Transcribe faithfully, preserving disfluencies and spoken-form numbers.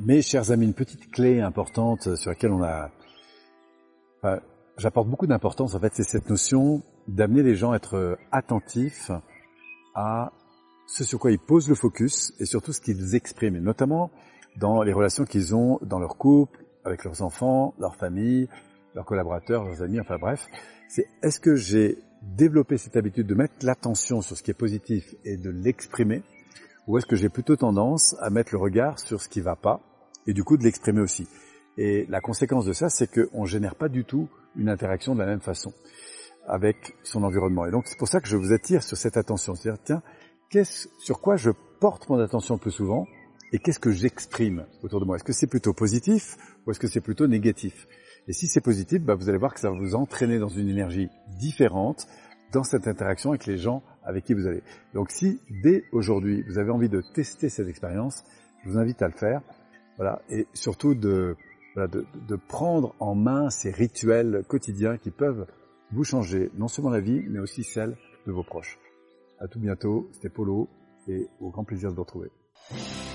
Mais, chers amis, une petite clé importante sur laquelle on a... Enfin, j'apporte beaucoup d'importance, en fait, c'est cette notion d'amener les gens à être attentifs à ce sur quoi ils posent le focus et surtout ce qu'ils expriment, et notamment dans les relations qu'ils ont dans leur couple, avec leurs enfants, leur famille, leurs collaborateurs, leurs amis, enfin bref. C'est est-ce que j'ai développé cette habitude de mettre l'attention sur ce qui est positif et de l'exprimer, ou est-ce que j'ai plutôt tendance à mettre le regard sur ce qui va pas et du coup de l'exprimer aussi. Et la conséquence de ça, c'est qu'on ne génère pas du tout une interaction de la même façon avec son environnement. Et donc c'est pour ça que je vous attire sur cette attention. C'est-à-dire, tiens, qu'est-ce, sur quoi je porte mon attention le plus souvent et qu'est-ce que j'exprime autour de moi? Est-ce que c'est plutôt positif ou est-ce que c'est plutôt négatif? Et si c'est positif, bah, vous allez voir que ça va vous entraîner dans une énergie différente dans cette interaction avec les gens avec qui vous allez. Donc si dès aujourd'hui vous avez envie de tester cette expérience, je vous invite à le faire. Voilà, et surtout de, voilà, de, de prendre en main ces rituels quotidiens qui peuvent vous changer non seulement la vie, mais aussi celle de vos proches. À tout bientôt, c'était Polo, et au grand plaisir de vous retrouver.